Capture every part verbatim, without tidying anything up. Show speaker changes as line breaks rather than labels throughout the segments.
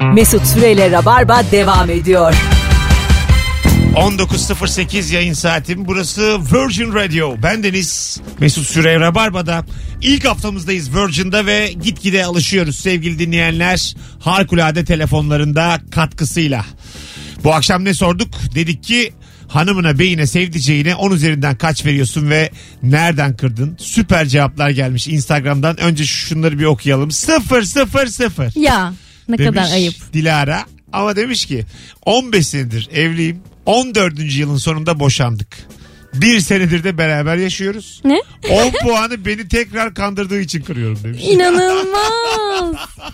Mesut Süreyle Rabarba devam ediyor.
on dokuz sıfır sekiz yayın saatim. Burası Virgin Radio. Bendeniz Mesut Süre Rabarba'da. İlk haftamızdayız Virgin'da ve gitgide alışıyoruz sevgili dinleyenler. Harikulade telefonlarında katkısıyla. Bu akşam ne sorduk? Dedik ki hanımına, beyine, sevdiceğine on üzerinden kaç veriyorsun ve nereden kırdın? Süper cevaplar gelmiş Instagram'dan. Önce şunları bir okuyalım. Sıfır sıfır sıfır.
Ya ne
demiş
kadar ayıp.
Dilara. Ama demiş ki on beş senedir evliyim. on dördüncü yılın sonunda boşandık. Bir senedir de beraber yaşıyoruz.
Ne?
on puanı beni tekrar kandırdığı için kırıyorum demiş.
İnanılmaz.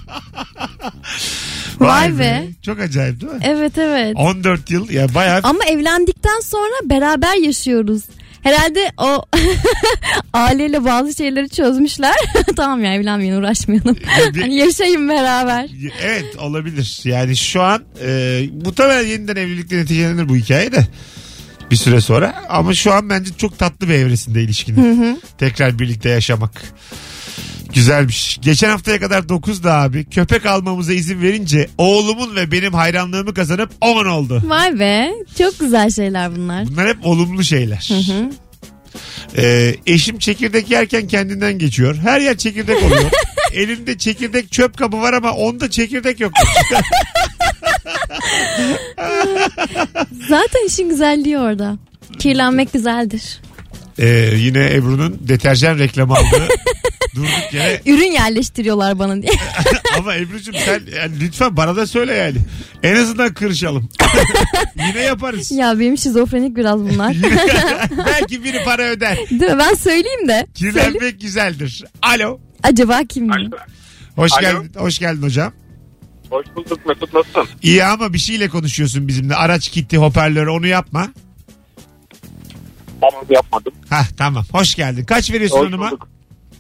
Vay be.
Çok acayip değil mi?
Evet evet.
on dört yıl ya bayağı.
Ama evlendikten sonra beraber yaşıyoruz. Herhalde o aileyle bazı şeyleri çözmüşler. Tamam ya, evlenmeyin, uğraşmayalım. Hani yaşayın beraber.
Evet, olabilir. Yani şu an e, muhtemelen yeniden evlilikle neticelenir bu hikaye de. Bir süre sonra. Ama şu an bence çok tatlı bir evresinde ilişkinin. Hı hı. Tekrar birlikte yaşamak. Güzelmiş. Geçen haftaya kadar dokuzdu abi. Köpek almamıza izin verince oğlumun ve benim hayranlığımı kazanıp on oldu.
Vay be. Çok güzel şeyler bunlar.
Bunlar hep olumlu şeyler.
Hı hı.
Ee, eşim çekirdek yerken kendinden geçiyor. Her yer çekirdek oluyor. Elinde çekirdek çöp kabı var ama onda çekirdek yok.
Zaten işin güzelliği orada. Kirlenmek güzeldir.
Ee, yine Ebru'nun deterjan reklamı aldığı durduk yere.
Ürün yerleştiriyorlar bana diye.
Ama Ebru'cum sen yani lütfen bana da söyle yani. En azından kırışalım. Yine yaparız.
Ya benim şizofrenik biraz bunlar.
Yine, belki biri para öder.
Değil mi? Ben söyleyeyim de.
Kirlenmek
Söyle.
güzeldir. Alo.
Acaba kim?
Hoş
Alo.
geldin. Hoş geldin hocam.
Hoş bulduk Mesut, nasılsın?
İyi ama bir şeyle konuşuyorsun bizimle. Araç gitti, hoparlörü, onu yapma.
Ama yapmadım.
Hah tamam. Hoş geldin. Kaç veriyorsun
Hoş
hanıma?
bulduk.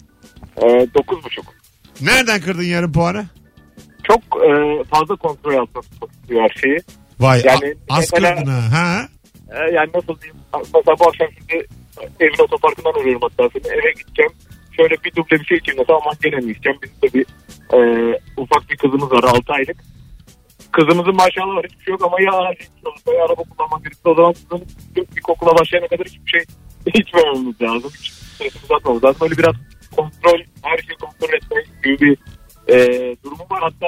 Ee, dokuz buçuk.
Nereden kırdın yarım puanı?
Çok e, fazla kontrol altında tutmak istiyor her şeyi.
Vay
Yani
a- az
mesela-
kırdın ha. ha.
E, yani nasıl diyeyim? Mesela bu akşam şimdi evin otoparkından arıyorum hatta seni. Eve gideceğim. Şöyle bir duble bir şey içeyim mesela, aman gene mi içeceğim? Bizim de bir e, ufak bir kızımız var, altı aylık. Kızımızın maşallah var, hiçbir şey yok ama ya ya araba kullanmak gerekti. O zaman kızın bir kokula başlayana kadar hiçbir şey içmememiz lazım. Hiç stresimizi atmamız lazım. Böyle biraz kontrol, her şeyi kontrol etmek gibi bir e, durumu var. Hatta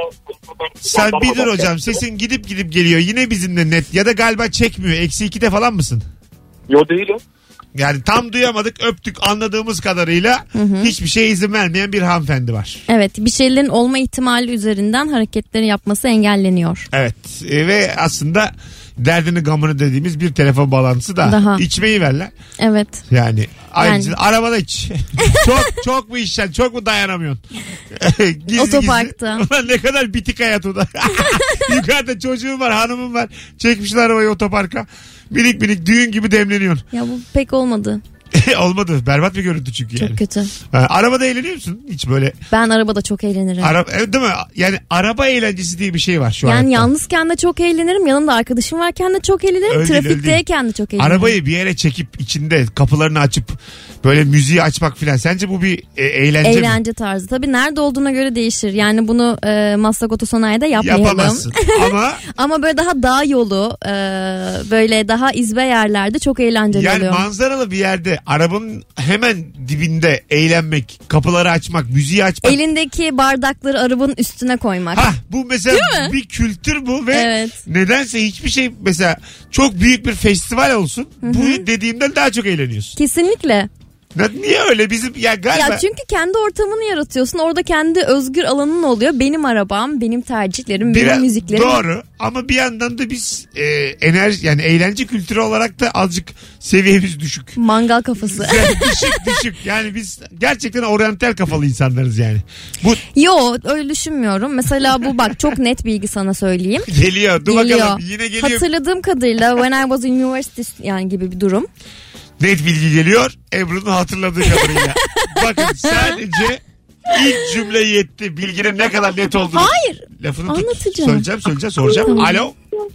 Sen bir dur hocam, sesin gidip gidip geliyor. Yine bizimle net ya da galiba çekmiyor. Eksi ikide falan mısın?
Yo, değilim.
Yani tam duyamadık, öptük, anladığımız kadarıyla
Hı hı.
hiçbir şeye izin vermeyen bir hanımefendi var.
Evet, bir şeylerin olma ihtimali üzerinden hareketleri yapması engelleniyor.
Evet e, ve aslında derdini gamını dediğimiz bir telefon bağlantısı da
Daha.
içmeyi ver lan.
Evet.
Yani ayrıca
Yani.
arabada iç. çok çok mu içeceksin, çok mu dayanamıyorsun? Gizli
Otoparkta.
gizli. Ulan ne kadar bitik hayat o da. Yukarıda çocuğum var, hanımım var. Çekmişler arabayı otoparka. Minik minik düğün gibi demleniyorsun.
Ya bu pek olmadı.
Olmadı. Berbat bir görüntü çünkü yani.
Çok kötü.
Ha, arabada eğleniyor musun? Hiç böyle.
Ben arabada çok eğlenirim.
Ara, evet, değil mi? Yani araba eğlencesi diye bir şey var şu an.
Yani
hayatta.
yalnızken de çok eğlenirim. Yanımda arkadaşım varken de çok eğlenirim.
Öyle değil, öyle
Trafikteyken de çok eğlenirim.
Arabayı bir yere çekip içinde kapılarını açıp böyle müziği açmak filan. Sence bu bir e, eğlence,
Eğlence
mi?
tarzı. Tabii nerede olduğuna göre değişir. Yani bunu e, Maslak Otosanayi'de yapmayalım.
Yapamazsın. Ama
Ama böyle daha dağ yolu, e, böyle daha izbe yerlerde çok eğlenceli
yani
oluyor.
manzaralı bir yerde arabanın hemen dibinde eğlenmek, kapıları açmak, müziği açmak.
Elindeki bardakları arabanın üstüne koymak.
Ha, bu mesela bir kültür bu ve
Evet.
nedense hiçbir şey, mesela çok büyük bir festival olsun. Hı-hı. Bu dediğimden daha çok eğleniyorsun.
Kesinlikle.
Niye öyle bizim ya galiba.
Ya çünkü kendi ortamını yaratıyorsun. Orada kendi özgür alanın oluyor. Benim arabam, benim tercihlerim, benim
Biraz
müziklerim.
Doğru ama bir yandan da biz e, enerji yani eğlence kültürü olarak da azıcık seviyemiz düşük.
Mangal kafası.
Yani düşük düşük yani biz gerçekten oryantal kafalı insanlarız yani. Bu
Yo, öyle düşünmüyorum. Mesela bu bak çok net bilgi sana söyleyeyim.
geliyor. Dur
Geliyor.
bakalım yine geliyor.
Hatırladığım kadarıyla when I was in university yani gibi bir durum.
Net bilgi geliyor. Ebru'nun hatırladığı kadarıyla. Bakın sadece ilk cümle yetti. Bilginin ne kadar net olduğunu.
Hayır.
Lafını tut.
Anlatacağım.
Söyleyeceğim söyleyeceğim soracağım.
Tamam.
Alo.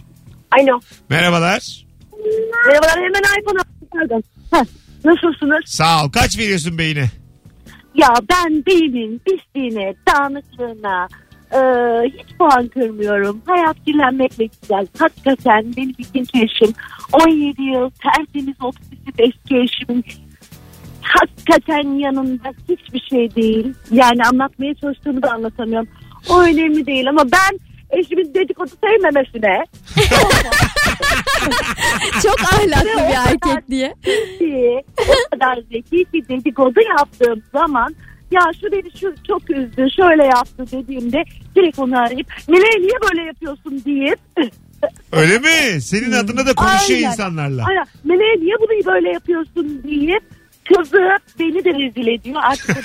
Alo.
Merhabalar.
Merhabalar, hemen iPhone aldım. Pardon. Heh, nasılsınız?
Sağ ol. Kaç veriyorsun beyine?
Ya ben beynin pisliğine, dağınıklığına, Ee, hiç puan kırmıyorum. Hayat kirlenmekle güzel. Hakikaten benim ikinci eşim. on yedi yıl tertemiz obsesif eski eşimin hakikaten yanında hiçbir şey değil. Yani anlatmaya çalıştığımı da anlatamıyorum. O önemli değil ama ben eşimin dedikodu sevmemesine
Çok ahlaklı bir erkek diye.
Zeki, o kadar zeki ki dedikodu yaptığım zaman ya şu beni şu çok üzdü şöyle yaptı dediğimde direkt onu arayıp Meleğe niye böyle yapıyorsun deyip
Öyle mi? Senin adına da konuşuyor
Aynen.
insanlarla.
Aynen. Meleğe niye bunu böyle yapıyorsun deyip kızıp beni de rezil ediyor. Artık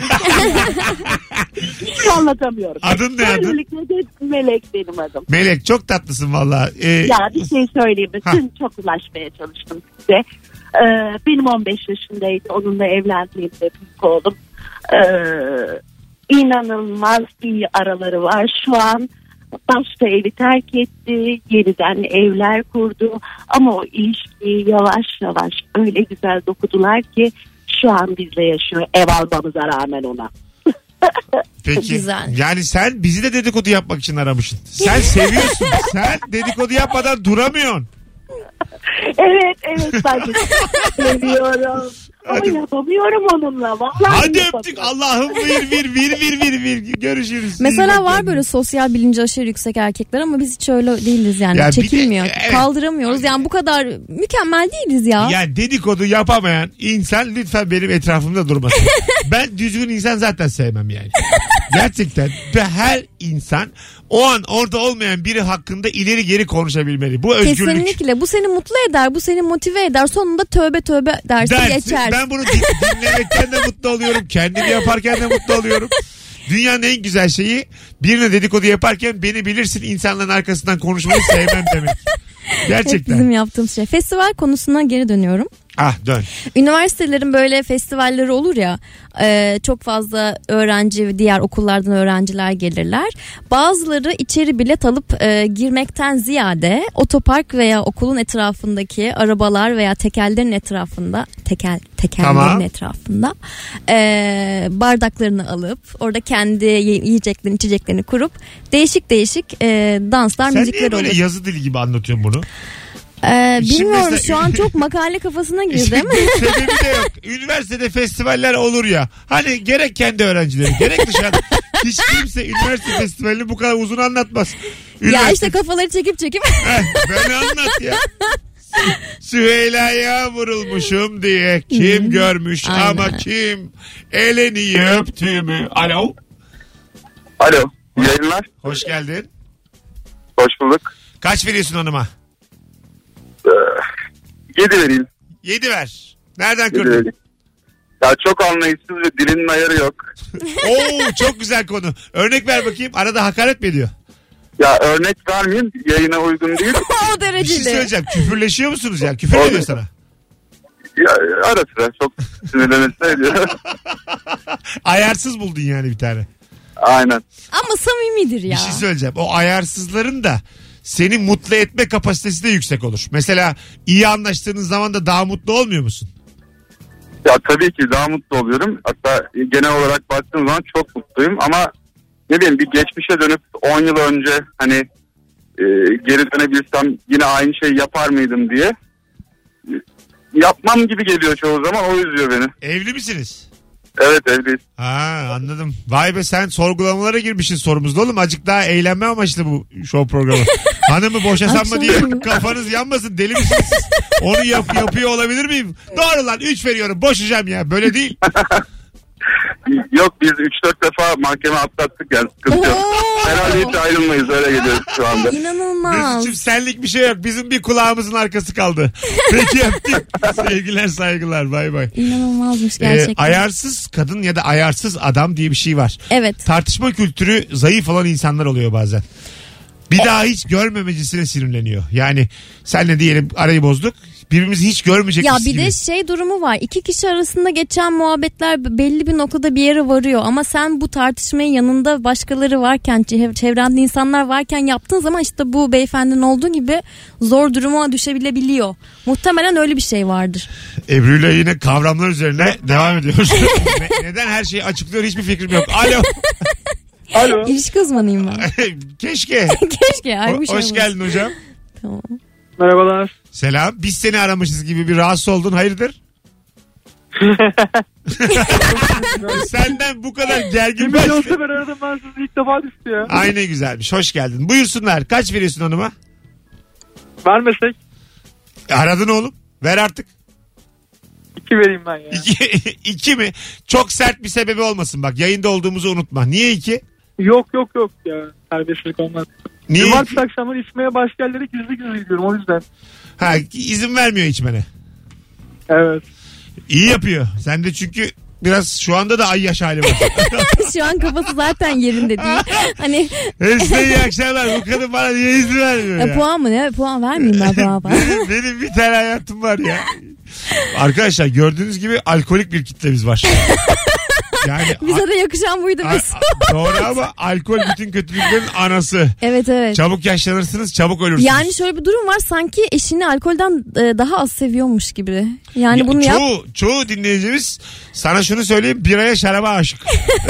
hiç anlatamıyorum.
Adın ne adın?
Böylelikle de Melek benim adım.
Melek çok tatlısın valla. Ee,
Ya bir şey söyleyeyim mi? Dün çok ulaşmaya çalıştım size. Ee, benim on beş yaşındaydı. Onunla evlendiğimde büyük oğlum. Ee, inanılmaz iyi araları var. Şu an başta evi terk etti. Yeniden evler kurdu. Ama o ilişkiyi yavaş yavaş öyle güzel dokudular ki şu an bizle yaşıyor. Ev almamıza rağmen ona.
Peki.
Güzel.
Yani sen bizi de dedikodu yapmak için aramışsın. Sen seviyorsun. Sen dedikodu yapmadan duramıyorsun.
Evet evet ben de seviyorum. Ama
Hadi.
yapamıyorum onunla. Vallahi
Hadi
yapamıyorum.
öptük. Allah'ım vir vir vir vir vir vir. Görüşürüz. İyi
Mesela
bak
var
kendine.
böyle sosyal bilinci aşırı yüksek erkekler ama biz hiç öyle değiliz yani.
Ya bir de-
Çekilmiyor.
evet.
Kaldıramıyoruz. Yani bu kadar mükemmel değiliz ya.
Yani dedikodu yapamayan insan lütfen benim etrafımda durmasın. Ben düzgün insan zaten sevmem yani. Gerçekten. Ve her insan o an orada olmayan biri hakkında ileri geri konuşabilmeli. Bu özgürlük.
Kesinlikle. Bu seni mutlu eder. Bu seni motive eder. Sonunda tövbe tövbe dersin
Dersin.
geçer.
Ben bunu din- dinlemekten de mutlu oluyorum. Kendimi yaparken de mutlu oluyorum. Dünyanın en güzel şeyi birine dedikodu yaparken beni bilirsin insanların arkasından konuşmayı sevmem demek.
Hep
Gerçekten.
bizim yaptığımız şey. Festival konusuna geri dönüyorum.
Ah dön.
Üniversitelerin böyle festivalleri olur ya, e, çok fazla öğrenci ve diğer okullardan öğrenciler gelirler. Bazıları içeri bilet alıp e, girmekten ziyade otopark veya okulun etrafındaki arabalar veya tekerlerin etrafında tekel tekerlerin
Tamam.
etrafında e, bardaklarını alıp orada kendi yiyeceklerini içeceklerini kurup değişik değişik e, danslar,
Sen
müzikler
niye böyle
olur.
yazı dili gibi anlatıyorsun bunu?
Ee,
Şimdi
bilmiyorum
mesela-
şu an çok makale kafasına girdim.
Sebebi de yok. Üniversitede festivaller olur ya. Hani gerek kendi öğrencileri gerek dışarıda. Hiç kimse üniversite festivalini bu kadar uzun anlatmaz.
Ya
Üniversite-
işte kafaları çekip çekip.
Heh, beni anlat ya. Süheyla'ya vurulmuşum diye kim
Hmm.
görmüş
Aynen.
ama kim eleni öptüğümü. Alo.
Alo, yayınlar.
Hoş geldin.
Hoş bulduk.
Kaç veriyorsun hanıma?
Ee, yedi vereyim.
Yedi ver. Nereden
Yedi
kırdın?
vereyim. Ya çok anlayışsız ve dilinin ayarı yok.
Oo çok güzel konu. Örnek ver bakayım. Arada hakaret mi ediyor?
Ya örnek vermeyeyim, yayına uygun değil.
O
Bir şey
dereceli.
söyleyeceğim. Küfürleşiyor musunuz ya? Küfür ediyor sana.
Ya ara sıra çok sinirlenirse ediyor.
Ayarsız buldun yani bir tane.
Aynen.
Ama samimidir ya.
Bir şey söyleyeceğim. O ayarsızların da seni mutlu etme kapasitesi de yüksek olur. Mesela iyi anlaştığınız zaman da daha mutlu olmuyor musun?
Ya tabii ki daha mutlu oluyorum. Hatta genel olarak baktığım zaman çok mutluyum ama ne bileyim bir geçmişe dönüp on yıl önce hani e, geri dönebilsem yine aynı şeyi yapar mıydım diye e, yapmam gibi geliyor çoğu zaman, o üzüyor beni.
Evli misiniz?
Evet, evdeyiz.
Ha anladım. Vay be sen sorgulamalara girmişsin sorumuzda oğlum. Azıcık daha eğlenme amaçlı bu show programı. Hanımı boşasam mı diye
Akşam.
kafanız yanmasın, deli misiniz? Onu yap, yapıyor olabilir miyim? Doğru lan üç veriyorum, boşayacağım ya, böyle değil.
Yok, biz üç dört defa mahkeme atlattık yani, sıkıntı yok.
Oo.
Herhalde hiç ayrılmayız, öyle geliyoruz şu anda.
İnanılmaz.
Mesut'cum senlik bir şey yok. Bizim bir kulağımızın arkası kaldı. Peki yaptık. Sevgiler saygılar, bay bay.
İnanılmazmış
Ee,
gerçekten.
ayarsız kadın ya da ayarsız adam diye bir şey var.
Evet.
Tartışma kültürü zayıf olan insanlar oluyor bazen. Bir daha hiç görmemecisine sinirleniyor. Yani senle diyelim arayı bozduk. Birbirimizi hiç görmeyecekmiş
Ya bir
gibi.
de şey durumu var. İki kişi arasında geçen muhabbetler belli bir noktada bir yere varıyor. Ama sen bu tartışmayı yanında başkaları varken, çev- çevrende insanlar varken yaptığın zaman işte bu beyefendinin olduğu gibi zor duruma düşebilebiliyor. Muhtemelen öyle bir şey vardır.
Ebru'yla yine kavramlar üzerine devam ediyoruz. Ne- neden her şeyi açıklıyor hiçbir fikrim yok. Alo.
Alo.
İlişki uzmanıyım ben.
Keşke.
Keşke. Ay,
Ho-
bir şey
hoş
olmaz.
geldin hocam.
Tamam.
Merhabalar.
Selam. Biz seni aramışız gibi bir rahatsız oldun. Hayırdır? Senden bu kadar gergin
Bir
baş...
milyon sefer aradım ben sizi ilk defa düştü ya.
Ay ne güzelmiş. Hoş geldin. Buyursunlar. Kaç veriyorsun hanıma?
Vermesek
Aradın oğlum. Ver artık.
iki vereyim ben ya.
İki, iki mi? Çok sert bir sebebi olmasın. Bak yayında olduğumuzu unutma. Niye iki?
Yok yok yok ya. Serbestlik olmaz.
Niye iki?
Cumartesi akşamları içmeye başka yerlere gizli gizli gidiyorum o yüzden.
Ha, izin vermiyor içmene.
Evet.
İyi yapıyor. Sen de çünkü biraz şu anda da ay yaş hali var.
Şu an kafası zaten yerinde değil. Hani
Size iyi akşamlar. Bu kadın bana niye izin vermiyor
e,
ya?
puan mı ne? Puan vermeyeyim ben puan falan.
benim, benim bir tane hayatım var ya. Arkadaşlar gördüğünüz gibi alkolik bir kitlemiz var. Yani
Bize de yakışan buydu
a-
Mesut.
a- doğru ama alkol bütün kötülüklerin anası.
Evet evet.
Çabuk yaşlanırsınız, çabuk ölürsünüz.
Yani şöyle bir durum var, sanki eşini alkolden e, daha az seviyormuş gibi. Yani
Ya,
bunu yap.
çoğu, çoğu dinleyicimiz sana şunu söyleyeyim, biraya şaraba aşık.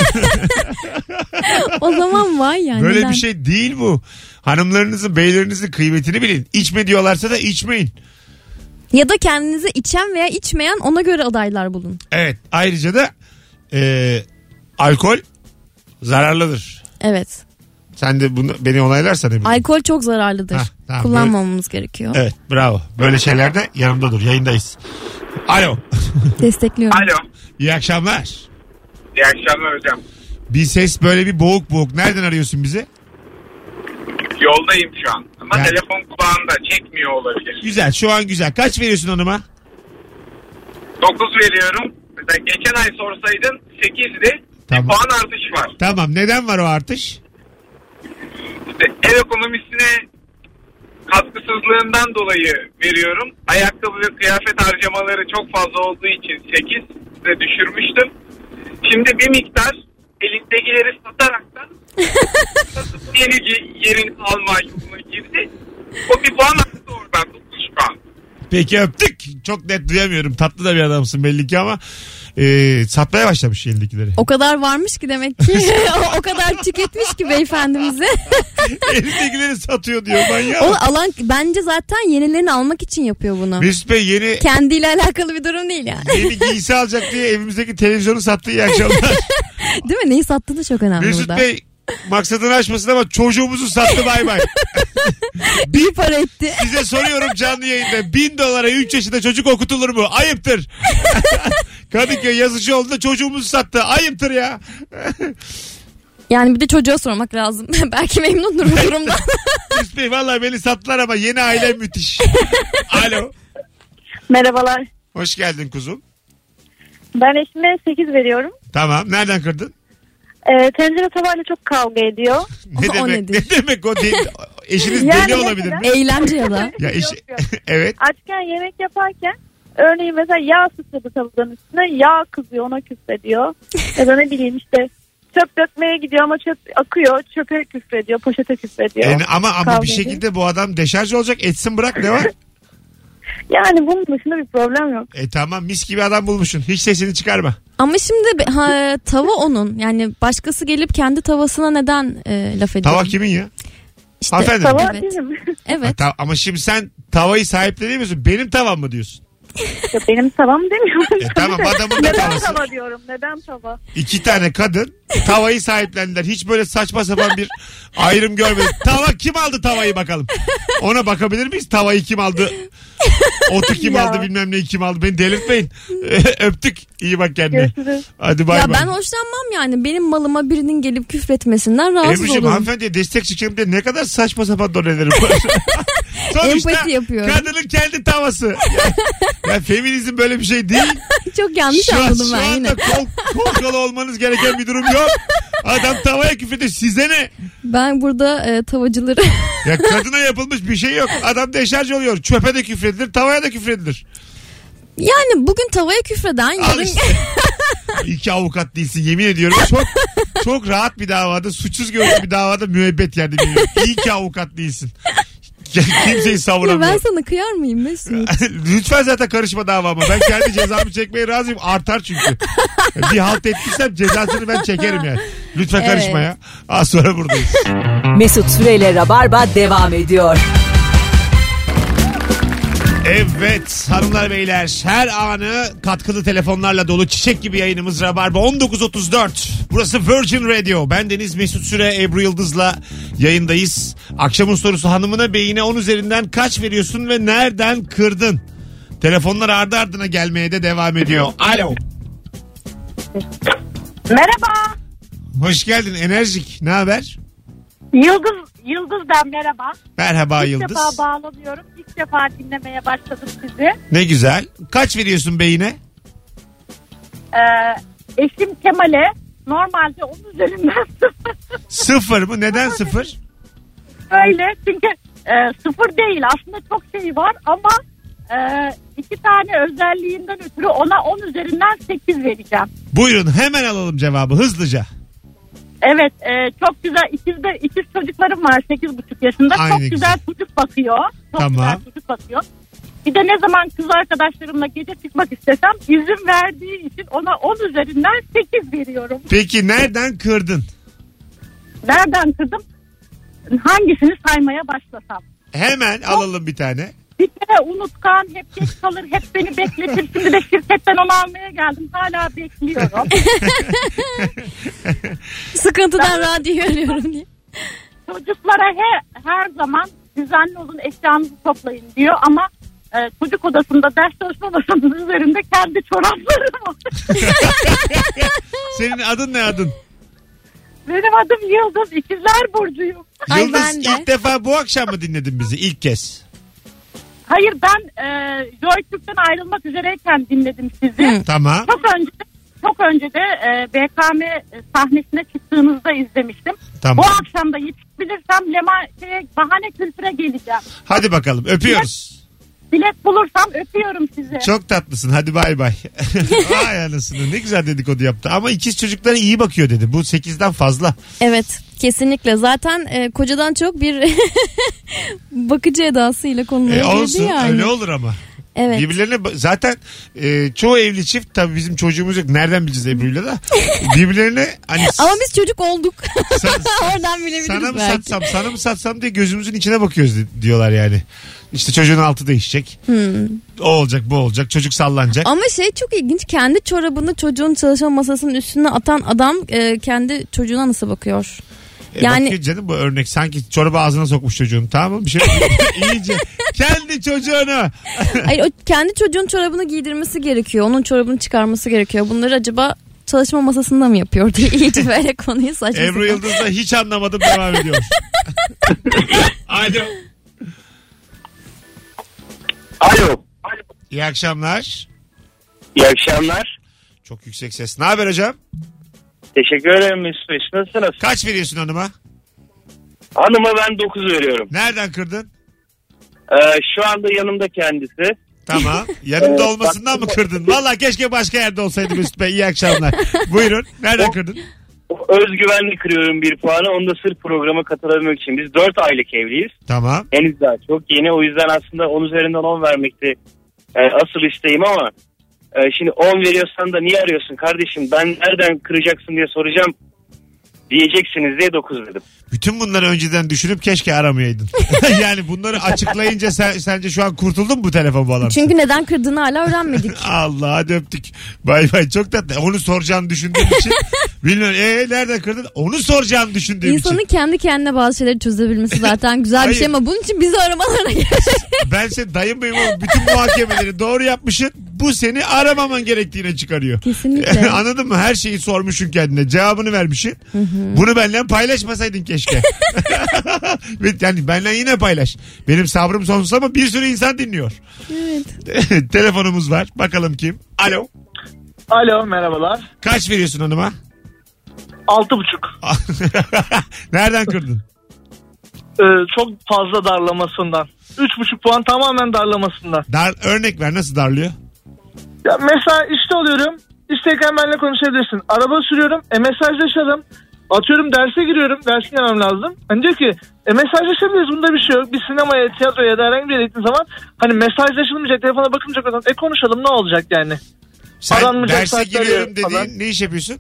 O zaman var yani.
Böyle
neden?
bir şey değil bu. Hanımlarınızın, beylerinizin kıymetini bilin. İçme diyorlarsa da içmeyin.
Ya da kendinize içen veya içmeyen, ona göre adaylar bulun.
Evet. Ayrıca da e, alkol zararlıdır.
Evet.
Sen de bunu beni onaylarsan eminim.
Alkol çok zararlıdır.
Hah, tamam,
Kullanmamamız gerekiyor.
Evet, bravo. Böyle şeylerde yanımda dur. Yayındayız. Alo.
Destekliyorum.
Alo.
İyi akşamlar.
İyi akşamlar hocam.
Bir ses böyle bir boğuk boğuk. Nereden arıyorsun bizi?
Yoldayım şu an. Ama
Yani-
telefon kulağında çekmiyor olabilir.
Güzel. Şu an güzel. Kaç veriyorsun hanıma?
dokuz veriyorum. Mesela geçen ay sorsaydın sekizdi.
Tamam.
Bir puan artışı var.
Tamam. Neden var o artış?
İşte ev ekonomisine katkısızlığından dolayı veriyorum. Ayakkabı ve kıyafet harcamaları çok fazla olduğu için sekiz de düşürmüştüm. Şimdi bir miktar elindekileri sataraktan yeni yerini alma yoluna girdi. O bir puan arttı oradan dokuz puan.
Peki öptük. Çok net duyamıyorum. Tatlı da bir adamsın belli ki ama e, satmaya başlamış elindekileri.
O kadar varmış ki demek ki. o, o kadar tüketmiş ki beyefendimizi.
Elindekileri satıyor diyor manyak.
O alan bence zaten yenilerini almak için yapıyor bunu.
Mesut Bey yeni
Kendiyle alakalı bir durum değil yani.
yeni giysi alacak diye evimizdeki televizyonu sattı. İyi akşamlar.
Değil mi? Neyi sattığı da çok önemli
Mesut
burada.
Bey maksadını aşmasın ama çocuğumuzu sattı, bay bay.
İyi para etti.
Size soruyorum canlı yayında, bin dolara üç yaşında çocuk okutulur mu? Ayıptır. Kadıköy Yazıcıoğlu'nda çocuğumuzu sattı. Ayıptır ya.
Yani bir de çocuğa sormak lazım. Belki memnundur bu durumdan.
Mesut Bey vallahi beni sattılar ama yeni ailem müthiş. Alo.
Merhabalar.
Hoş geldin kuzum.
Ben eşime sekiz veriyorum.
Tamam, nereden kırdın?
Ee, tencere tavayla çok kavga ediyor.
Ne
O
demek?
nedir?
Ne demek o değil? Eşiniz
Yani
deli
mesela-
olabilir mi?
Eğlence ya da.
Ya eşi...
Yok, yok.
Evet.
Açken yemek yaparken örneğin mesela yağ sıçradı tavuğun üstüne, yağ kızıyor, ona küfrediyor. Ya da ne bileyim işte çöp dökmeye gidiyor ama çöp akıyor, çöpe küfrediyor, poşete küfrediyor.
Yani ama ama
Kavga
bir
ediyor.
şekilde bu adam deşarj olacak, etsin bırak, ne var?
Yani bunun dışında bir problem yok.
E tamam, mis gibi adam bulmuşsun. Hiç sesini çıkarma.
Ama şimdi ha, tava onun. Yani başkası gelip kendi tavasına neden e, laf ediyor?
Tava kimin ya?
İşte,
Hanımefendi.
Tava
Evet.
bizim.
Ha,
Evet.
ta- ama şimdi sen tavayı sahipleniyorsun. Benim tavam mı diyorsun?
Ya benim tavam demiyorum.
E tamam, adamın da
Neden
tavası.
tava diyorum? Neden tava?
İki tane kadın tavayı sahiplendiler. Hiç böyle saçma sapan bir ayrım görmedim. Tava kim aldı tavayı bakalım. Ona bakabilir miyiz? Tavayı kim aldı? Otu kim
Ya.
aldı, bilmem neyi kim aldı. Beni delirtmeyin. Öptük. İyi bak kendine.
Görüşürüz.
Hadi bay
Ya
bay.
ben hoşlanmam yani. Benim malıma birinin gelip küfretmesinden rahatsız
Ebru'cum
olurum.
hanımefendiye destek çıkıyorum diye ne kadar saçma sapan donelerim var. Sonuçta
Empati yapıyorum.
kadının kendi tavası. Ya, ya feminizm böyle bir şey değil.
Çok yanlış
Şu, an,
anladım
şu
ben yine.
anda kol, kol kola olmanız gereken bir durum yok. Adam tavaya küfrediyor. Size ne?
Ben burada e, tavacıları...
Ya kadına yapılmış bir şey yok. Adam deşarj oluyor. Çöpe de küfredilir, tavaya da küfredilir.
Yani bugün tavaya küfreden
Al
yarın...
işte. İki avukat değilsin yemin ediyorum. Çok çok rahat bir davada, suçsuz görülen bir davada müebbet yerde biliyorum. İyi ki avukat değilsin. Kimseyi
Ya
savunamıyorum.
ben sana kıyar mıyım Mesut?
Lütfen zaten karışma davama. Ben kendi cezamı çekmeye razıyım. Artar çünkü. Bir halt ettiysem cezasını ben çekerim yani. Lütfen
Evet.
karışma ya. Az sonra buradayız.
Mesut Süreyle Rabarba devam ediyor.
Evet hanımlar beyler, her anı katkılı telefonlarla dolu çiçek gibi yayınımız Rabarba on dokuz otuz dört. Burası Virgin Radio. Ben Deniz Mesut Süre, Ebru Yıldız'la yayındayız. Akşamın sorusu, hanımına beyine on üzerinden kaç veriyorsun ve nereden kırdın? Telefonlar ardı ardına gelmeye de devam ediyor. Alo.
Merhaba.
Hoş geldin, enerjik. Ne haber?
Yıldız, Yıldız ben merhaba.
Merhaba
İlk
Yıldız.
defa bağlanıyorum. İlk defa dinlemeye başladım sizi.
Ne güzel. Kaç veriyorsun beyine?
Ee, eşim Kemal'e normalde onun üzerinden
Sıfır mı? Neden sıfır?
öyle. Çünkü e, sıfır değil. Aslında çok şey var ama e, iki tane özelliğinden ötürü ona on üzerinden sekiz vereceğim.
Buyurun hemen alalım cevabı hızlıca.
Evet, e, çok güzel. İkiz de ikiz çocuklarım var sekiz buçuk yaşında.
Aynı
çok
güzel.
güzel çocuk bakıyor. Çok
Tamam.
güzel çocuk bakıyor. Bir de ne zaman kız arkadaşlarımla gece çıkmak istesem izin verdiği için ona on üzerinden sekiz veriyorum.
Peki nereden kırdın?
Nereden kırdım? Hangisini saymaya başlasam?
Hemen alalım bir tane.
Bir kere unutkan, hep geç kalır, hep beni bekletir. Şimdi de şirketten onu almaya geldim. Hala bekliyorum.
Sıkıntıdan radyoyu arıyorum diye.
Çocuklara he, her zaman düzenli olun, eşyanızı toplayın diyor ama e, çocuk odasında, ders çalışma odasının üzerinde kendi çorapları var.
Senin adın ne adın?
Benim adım Yıldız, ikizler burcuyum.
Ay,
Yıldız,
ben de.
ilk defa bu akşam mı dinledin bizi? İlk kez.
Hayır, ben e, Joy Türk'ten ayrılmak üzereyken dinledim sizi.
Hı.
Tamam.
Çok önce çok önce de e, B K M sahnesine çıktığınızda izlemiştim.
Tamam.
Bu akşam da yetişebilirsem Lema şeye, bahane kültüre geleceğim.
Hadi bakalım öpüyoruz.
Bilet bulursam öpüyorum sizi.
Çok tatlısın, hadi bay bay. Ay anasını, ne güzel dedikodu yaptı. Ama ikiz çocuklara iyi bakıyor dedi. Bu sekizden fazla.
Evet, kesinlikle. Zaten e, kocadan çok bir bakıcı edasıyla konuya
E,
girdi
olsun
yani.
öyle olur ama.
Evet.
Birbirlerine ba- zaten e, çoğu evli çift, tabii bizim çocuğumuz yok. Nereden bileceğiz Ebru'yla da. Birbirlerine hani
Ama biz çocuk olduk.
Sa-
Oradan bilebiliriz
sana mı
belki.
satsam sana mı satsam diye gözümüzün içine bakıyoruz di- diyorlar yani. İşte çocuğun altı değişecek.
Hmm.
O olacak, bu olacak. Çocuk sallanacak.
Ama şey çok ilginç, kendi çorabını çocuğun çalışma masasının üstüne atan adam e, kendi çocuğuna nasıl bakıyor?
E,
yani-
bakıyor canım, bu örnek sanki çorabı ağzına sokmuş çocuğun, tamam mı? Bir şey iyice kendi çocuğunu.
Hayır, o kendi çocuğun çorabını giydirmesi gerekiyor. Onun çorabını çıkarması gerekiyor. Bunları acaba çalışma masasında mı yapıyor diye iyice böyle konuyu saçma
Ebru
sapan.
Yıldız'da hiç anlamadım, devam ediyor. Alo.
Alo.
İyi akşamlar.
İyi akşamlar.
Çok yüksek ses. Ne haber hocam?
Teşekkür ederim Mesut Bey. Nasılsınız?
Kaç veriyorsun hanıma?
Hanıma ben dokuz veriyorum.
Nereden kırdın?
Ee, şu anda yanımda kendisi.
Tamam. Yanımda
Evet,
olmasından mı kırdın? Valla keşke başka yerde olsaydı Mesut Bey. İyi akşamlar. Buyurun. Nereden kırdın?
Özgüvenli kırıyorum bir puanı. Onu da sırf programa katılabilmek için. Biz dört aylık evliyiz.
Tamam.
Henüz daha çok yeni. O yüzden aslında on üzerinden on vermekti e, asıl isteğim ama e, şimdi on veriyorsan da niye arıyorsun kardeşim? Ben nereden kıracaksın diye soracağım. Diyeceksiniz diye dokuz dedim.
Bütün bunları önceden düşünüp keşke aramayaydın. Yani bunları açıklayınca sen, sence şu an kurtuldun mu bu telefon bağlantısı?
Çünkü neden kırdığını hala öğrenmedik.
Allah, hadi öptük. Bay bay, çok tatlı. Onu soracağını düşündüğüm için. Bilmiyorum. Eee nereden kırdın? Onu soracağını düşündüğüm
İnsanın
için.
kendi kendine bazı şeyleri çözebilmesi zaten güzel bir
Hayır.
şey ama bunun için bizi aramalarına gerek.
Ben senin dayım benim oğlum. Bütün muhakemeleri doğru yapmışsın. Bu seni aramaman gerektiğine çıkarıyor.
Kesinlikle.
Anladın mı? Her şeyi sormuşsun kendine. Cevabını vermişsin. Hı hı. Bunu benimle paylaşmasaydın keşke. Yani benimle yine paylaş. Benim sabrım sonsuz ama bir sürü insan dinliyor. Evet. Telefonumuz var. Bakalım kim? Alo.
Alo, merhabalar.
Kaç veriyorsun hanıma?
Altı buçuk.
Nereden kırdın?
Ee, çok fazla darlamasından. Üç buçuk puan tamamen darlamasından.
Dar, örnek ver, nasıl darlıyor?
Ya mesela işte oluyorum. İsteyken benimle konuşabilirsin. Araba sürüyorum. E mesajlaşalım. Atıyorum derse giriyorum. Ders girmem lazım. Hani diyor ki e, mesajlaşabiliriz, bunda bir şey yok. Bir sinemaya, tiyatroya ya da herhangi bir yere gittiğin zaman hani mesajlaşılmayacak, telefona bakılmayacak o zaman. E konuşalım, ne olacak yani?
Sen
Aranmayacak
derse
saatler
giriyorum
falan.
dediğin ne iş yapıyorsun?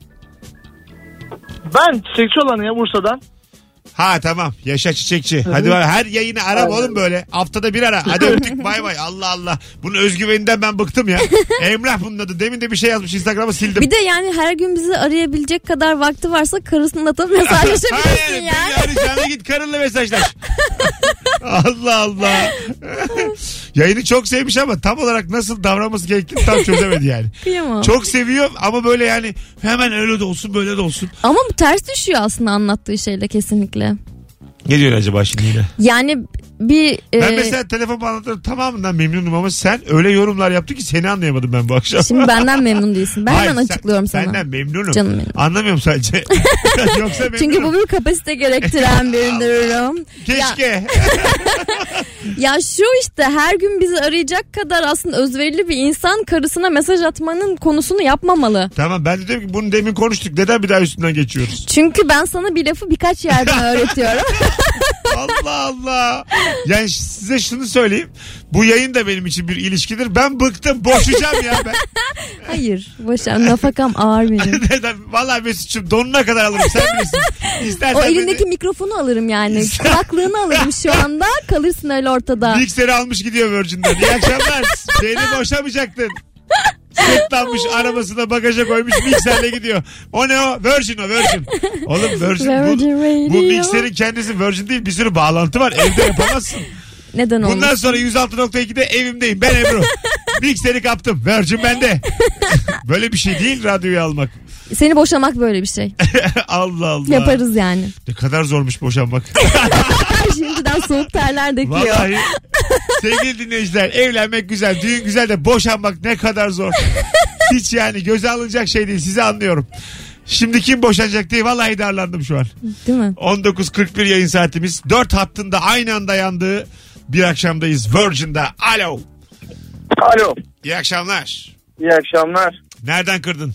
Ben çiçekçi olanı ya, Bursa'dan.
Ha tamam, yaşa çiçekçi. Hadi var, her yayını ara oğlum böyle. Haftada bir ara. Hadi öptük, bay bay. Allah Allah. Bunun özgüveninden ben bıktım ya. Emrah bunun adı. Demin de bir şey yazmış Instagram'a, sildim.
Bir de yani her gün bizi arayabilecek kadar vakti varsa karısına da mesajlaşabilirsin
Hayır,
ya.
beni arayacağına git karınla mesajlaş. Allah Allah. Yayını çok sevmiş ama tam olarak nasıl davranması gerektiğini tam çözemedi yani.
Kıyamam.
Çok seviyor ama böyle yani hemen öyle de olsun böyle de olsun.
Ama bu ters düşüyor aslında anlattığı şeyle kesinlikle.
Ne diyor acaba şimdi yine?
Yani bir...
Ben
e,
mesela telefon bağlantıları tamamından memnunum ama sen öyle yorumlar yaptın ki seni anlayamadım ben bu akşam.
Şimdi benden memnun değilsin. Ben
Hayır,
hemen
sen-
açıklıyorum sana.
Senden memnunum.
Canım benim.
Anlamıyorum sadece. Yoksa memnunum.
Çünkü bu bir kapasite gerektiren bir durum.
Keşke.
Ya, ya şu işte her gün bizi arayacak kadar aslında özverili bir insan karısına mesaj atmanın konusunu yapmamalı.
Tamam, ben de diyorum ki bunu demin konuştuk. Neden bir daha üstünden geçiyoruz?
Çünkü ben sana bir lafı birkaç yerden öğretiyorum.
Allah Allah. Yani size şunu söyleyeyim. Bu yayın da benim için bir ilişkidir. Ben bıktım. Boşayacağım ya ben.
Hayır. Boşver. Nafakam ağır benim.
Neden? Vallahi Mesut'cum donuna kadar alırım. Sen bilirsin. İstersen
O elindeki
beni...
mikrofonu alırım yani. Kulaklığını alırım şu anda. Kalırsın öyle ortada.
Mikseri almış gidiyor Virgin'den. İyi akşamlar. Beni boşamayacaktın. Setlanmış arabasına bagaja koymuş mikserle gidiyor. O ne o? Virgin o Virgin. Oğlum Virgin,
Virgin
bu,
Radio.
bu mikserin kendisi Virgin değil, bir sürü bağlantı var. Evde yapamazsın.
Neden olmasın?
Bundan sonra yüz altı nokta ikide evimdeyim. Ben Ebru. Mikseri kaptım. Virgin bende. Böyle bir şey değil radyoyu almak.
Seni boşamak böyle bir şey.
Allah Allah.
Yaparız yani.
Ne kadar zormuş boşanmak.
Şimdiden soğuk terler döküyor.
Vallahi sevgili dinleyiciler, evlenmek güzel, düğün güzel de boşanmak ne kadar zor. Hiç yani göze alınacak şey değil, sizi anlıyorum. Şimdi kim boşanacak diye vallahi darlandım şu an.
Değil mi?
on dokuz kırk bir yayın saatimiz. dört hattında aynı anda yandığı bir akşamdayız Virgin'da. Alo.
Alo.
İyi akşamlar.
İyi akşamlar.
Nereden kırdın?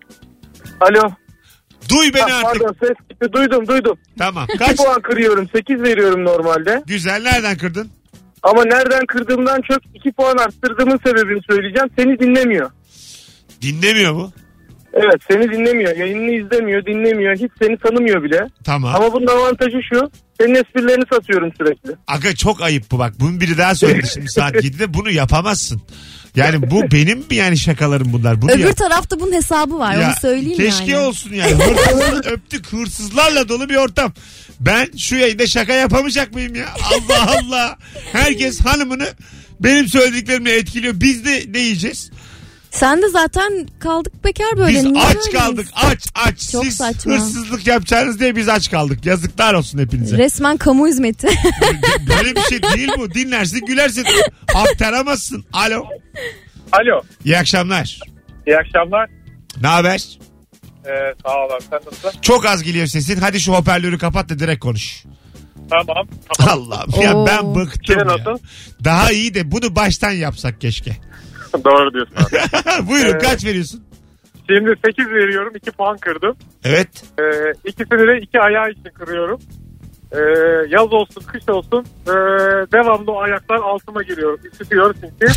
Alo.
Duy beni
Ha,
artık.
pardon, ses gitti. Duydum duydum.
Tamam.
iki
Kaç?
puan kırıyorum. sekiz veriyorum normalde.
Güzel. Nereden kırdın?
Ama nereden kırdığımdan çok iki puan arttırdığımın sebebini söyleyeceğim. Seni dinlemiyor.
Dinlemiyor mu?
Evet, seni dinlemiyor. Yayınını izlemiyor, dinlemiyor. Hiç seni tanımıyor bile.
Tamam.
Ama bunun avantajı şu. Senin esprilerini satıyorum sürekli.
Aga çok ayıp bu bak. Bunu biri daha söyledi şimdi saat yedide. Bunu yapamazsın. Yani bu benim mi yani şakalarım bunlar? Bunu
Öbür
yap-
tarafta bunun hesabı var.
Ya,
Onu söyleyeyim
keşke
yani.
olsun yani. Hırsızlar öptük, hırsızlarla dolu bir ortam. Ben şu yayında şaka yapamayacak mıyım ya? Allah Allah. Herkes hanımını benim söylediklerimle etkiliyor. Biz de ne yiyeceğiz?
Sen de zaten kaldık bekar böyle.
Biz
Niye
aç
böyleyiz?
kaldık. Aç aç.
Çok
Siz
saçma.
hırsızlık yapacağınız diye biz aç kaldık. Yazıklar olsun hepinize.
Resmen kamu hizmeti.
Böyle bir şey değil bu. Dinlersin gülersin. Aktaramazsın. Alo.
Alo.
İyi akşamlar.
İyi akşamlar.
Ne haber?
Ee, sağ olun. Sen nasılsın?
Çok az geliyor sesin. Hadi şu hoparlörü kapat da direkt konuş.
Tamam.
Allah'ım ya
Oo.
ben bıktım
Şimdi
ya.
nasıl?
Daha iyi de bunu baştan yapsak keşke.
Doğru diyorsun abi.
Buyurun
Ee,
kaç veriyorsun?
Şimdi sekiz veriyorum. iki puan kırdım.
Evet.
Ee, ikisini de iki ayağı için kırıyorum. Ee, yaz olsun kış olsun ee, devamlı o ayaklar altıma giriyor. Üşütüyor çünkü.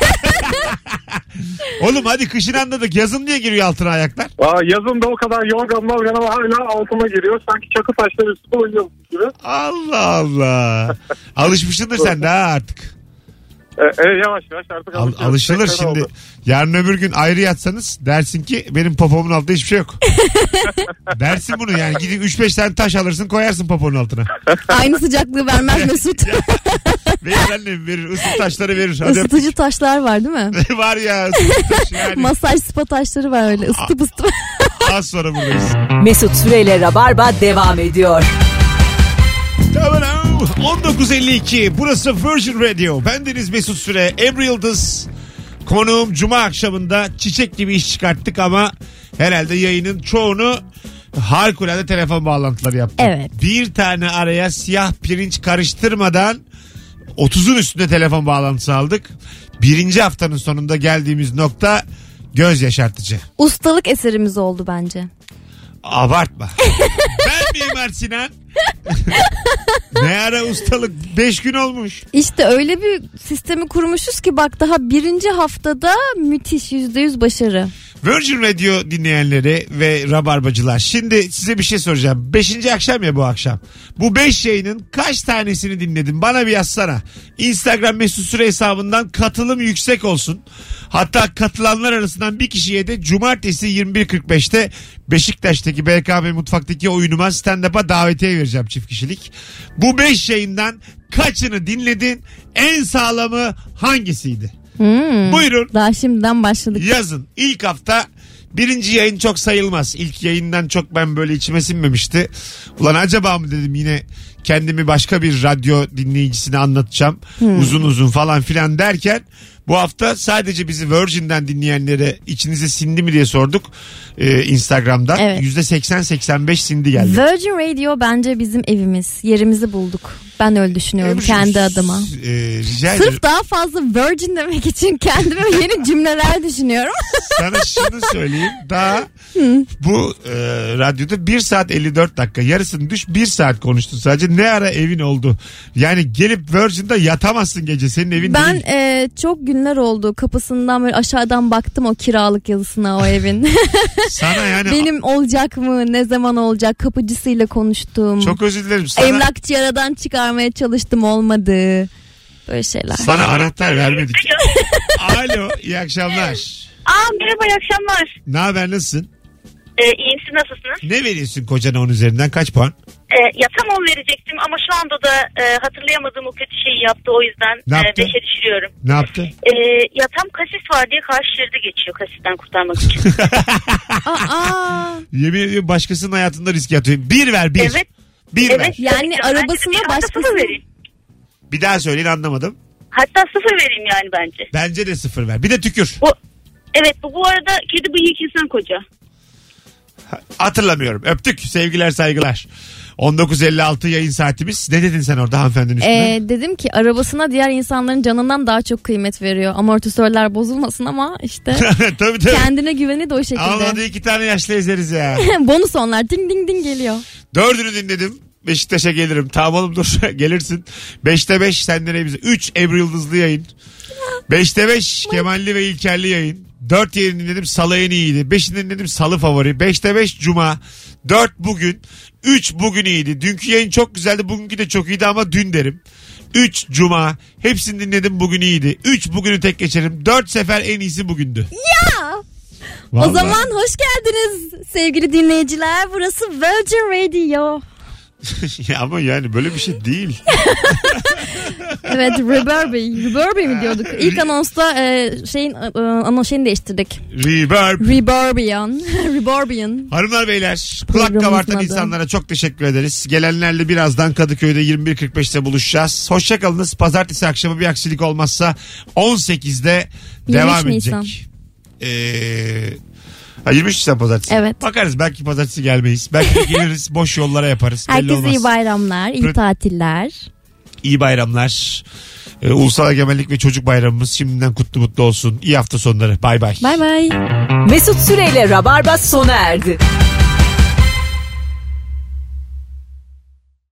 Oğlum hadi kışın anladık. Yazın niye giriyor altına ayaklar?
Aa, yazın da o kadar yorgan morgan ama hala altıma giriyor. Sanki çakı taşları üstüne uyuyormuş gibi.
Allah Allah. Alışmışsındır sen de ha artık.
Ee, e, yavaş yavaş artık
Al,
alışıyoruz.
alışılır
Tekrar
şimdi.
oldu.
Yarın öbür gün ayrı yatsanız dersin ki benim popomun altında hiçbir şey yok. Dersin bunu yani. Gidip üç beş tane taş alırsın koyarsın poponun altına.
Aynı sıcaklığı vermez Mesut.
Verir annem verir. Isıt taşları verir. Hadi
Isıtıcı taşlar var değil mi?
öptük. Var ya ısıtıcı taş yani.
Masaj spa taşları var öyle ısıtıp ısıtıp.
Az sonra buradayız.
Mesut Süreyle Rabarba devam ediyor.
on dokuz elli iki burası Virgin Radio. Bendeniz Mesut Süre, Ebru Yıldız. Konuğum Cuma akşamında çiçek gibi iş çıkarttık ama herhalde yayının çoğunu harikulade telefon bağlantıları yaptık.
Evet.
Bir tane araya siyah pirinç karıştırmadan otuzun üstünde telefon bağlantısı aldık. Birinci haftanın sonunda geldiğimiz nokta göz yaşartıcı.
Ustalık eserimiz oldu bence.
Abartma. Ben Mimar Sinan. Ne ara ustalık? Beş gün olmuş.
İşte öyle bir sistemi kurmuşuz ki bak daha birinci haftada müthiş yüzde yüz başarı.
Virgin Radio dinleyenleri ve rabarbacılar, şimdi size bir şey soracağım. Beşinci akşam ya bu akşam. Bu beş yayının kaç tanesini dinledin? Bana bir yazsana. Instagram Mesut Süre hesabından katılım yüksek olsun. Hatta katılanlar arasından bir kişiye de cumartesi yirmi bir kırk beşte Beşiktaş'taki B K M Mutfak'taki oyunuma stand-up'a davetiye vereceğim, çift kişilik. Bu beş yayından kaçını dinledin? En sağlamı hangisiydi?
Hmm,
Buyurun.
Daha şimdiden başladık.
Yazın. İlk hafta birinci yayın çok sayılmaz. İlk yayından çok ben böyle içime sinmemişti. Ulan acaba mı dedim, yine kendimi başka bir radyo dinleyicisine anlatacağım. Hmm. Uzun uzun falan filan derken bu hafta sadece bizi Virgin'den dinleyenlere içinize sindi mi diye sorduk ee, Instagram'dan.
Evet.
yüzde seksen seksen beş sindi geldi.
Virgin Radio bence bizim evimiz. Yerimizi bulduk. Ben öyle düşünüyorum
Ebru'cum,
kendi adıma.
E, rica ederim.
Sırf daha fazla Virgin demek için kendime yeni cümleler düşünüyorum.
Sana şunu söyleyeyim. Daha bu e, radyoda bir saat elli dört dakika, yarısını düş, bir saat konuştun sadece. Ne ara evin oldu? Yani gelip Virgin'de yatamazsın gece. Senin evin
ben
değil.
e, çok günler oldu. Kapısından böyle aşağıdan baktım o kiralık yazısına o evin.
Sana yani
Benim olacak mı? Ne zaman olacak? Kapıcısıyla konuştum.
çok özür dilerim. Sana,
Emlakçı aradan çıkarmaya çalıştım, olmadı. Böyle şeyler.
sana anahtar vermedik. Alo, iyi akşamlar.
Aa, merhaba, iyi akşamlar.
Ne haber, nasılsın?
Ee, iyiyim, siz nasılsınız?
Ne veriyorsun kocana on üzerinden, kaç puan?
Ee, ya tam on verecektim ama şu anda da e, hatırlayamadığım o kötü şeyi yaptı, o yüzden
Ne yaptı?
beşe düşürüyorum.
Ne yaptı?
Ee, ya tam kasis var diye karşı şeride geçiyor kasisten kurtarmak için.
Aa,
Yemin ediyorum başkasının hayatında riske atıyor. Bir ver, bir.
Evet.
Bir
Evet.
ver.
yani
Bence
arabasına
bir- hatta
başkası...
sıfır vereyim.
Bir daha söyleyin, anlamadım.
Hatta sıfır vereyim yani bence.
Bence de sıfır ver. Bir de tükür.
Bu, evet bu bu arada kedi bıyık insan koca.
Hatırlamıyorum. Öptük. Sevgiler, saygılar. on dokuz elli altı yayın saatimiz. Ne dedin sen orada hanımefendinin üstüne?
Ee, dedim ki arabasına diğer insanların canından daha çok kıymet veriyor. Amortisörler bozulmasın ama işte
tabii tabii.
kendine güveni de o şekilde.
Almadı iki tane yaşlı ezeriz ya.
Bonus onlar ding ding ding geliyor.
Dördünü dinledim. Beşiktaş'a gelirim. Tamam oğlum dur. Gelirsin. Beşte beş senden evimize. Üç Ebru Yıldızlı yayın. Beşte beş Kemalli ve İlkerli yayın. Dört yerini dinledim. Salı en iyiydi. Beşini dinledim. Salı favori. Beşte beş Cuma. Dört bugün. Üç bugün iyiydi. Dünkü yayın çok güzeldi. Bugünkü de çok iyiydi ama dün derim. Üç Cuma. Hepsini dinledim. Bugün iyiydi. Üç bugünü tek geçerim. Dört sefer en iyisi bugündü.
Ya!
Vallahi.
O zaman hoş geldiniz sevgili dinleyiciler. Burası Virgin Radio.
Ya ama yani böyle bir şey değil.
Evet, Reverby. Reverby mi diyorduk? İlk anonsta e, şeyin e, anons şeyini değiştirdik.
Reverb.
Reverbian. Reverbian.
Hanımlar beyler, kulak
Programımızın
kabartan
adı.
insanlara çok teşekkür ederiz. Gelenlerle birazdan Kadıköy'de yirmi bir kırk beşte buluşacağız. Hoşçakalınız. Pazartesi akşamı bir aksilik olmazsa on sekizde devam
Nisan.
edecek. Ee, ha, yirmi üç Nisan pazartesi.
Evet.
Bakarız, belki pazartesi gelmeyiz. Belki geliriz, boş yollara yaparız. Belli
Herkese
olmaz.
iyi bayramlar, iyi
Pır-
tatiller.
İyi bayramlar. Ee, Ulusal Egemenlik ve Çocuk Bayramımız şimdiden kutlu mutlu olsun. İyi hafta sonları. Bay bay.
Bay bay.
Mesut Süreyle Rabarba sona erdi.